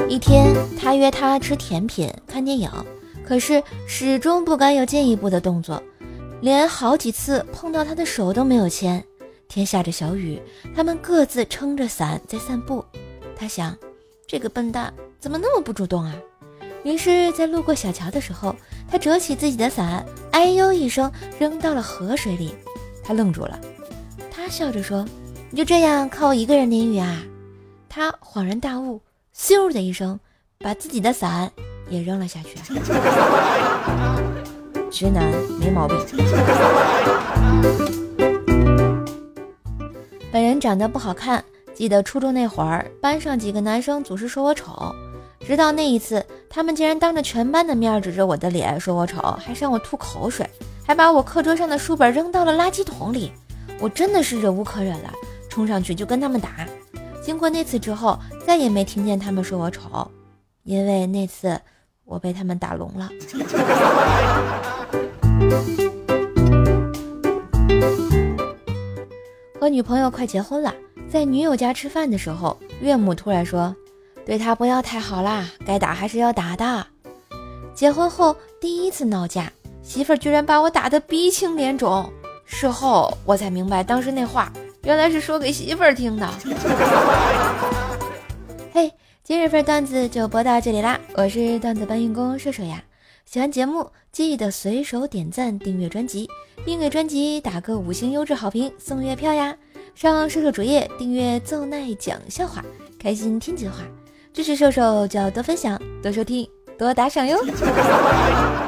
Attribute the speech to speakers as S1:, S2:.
S1: 一天，他约她吃甜品、看电影，可是始终不敢有进一步的动作，连好几次碰到他的手都没有牵。天下着小雨，他们各自撑着伞在散步。他想，这个笨蛋怎么那么不主动啊？于是，在路过小桥的时候，他折起自己的伞，哎呦一声扔到了河水里。他愣住了，他笑着说：“你就这样靠我一个人淋雨啊？”他恍然大悟，咻的一声把自己的伞也扔了下去。直男没毛病。本人长得不好看，记得初中那会儿，班上几个男生总是说我丑，直到那一次，他们竟然当着全班的面指着我的脸说我丑，还向我吐口水，还把我课桌上的书本扔到了垃圾桶里。我真的是忍无可忍了，冲上去就跟他们打。经过那次之后，再也没听见他们说我丑，因为那次我被他们打聋了。和女朋友快结婚了，在女友家吃饭的时候，岳母突然说：“对她不要太好啦，该打还是要打的。”结婚后第一次闹架，媳妇儿居然把我打得鼻青脸肿。事后我才明白，当时那话原来是说给媳妇儿听的。嘿，今日份段子就播到这里啦，我是段子搬运工射手呀。喜欢节目记得随手点赞订阅专辑，并给专辑打个5星优质好评送月票呀。上射手主页订阅奏奈讲笑话，开心天津话，支持射手就要多分享多收听多打赏哟。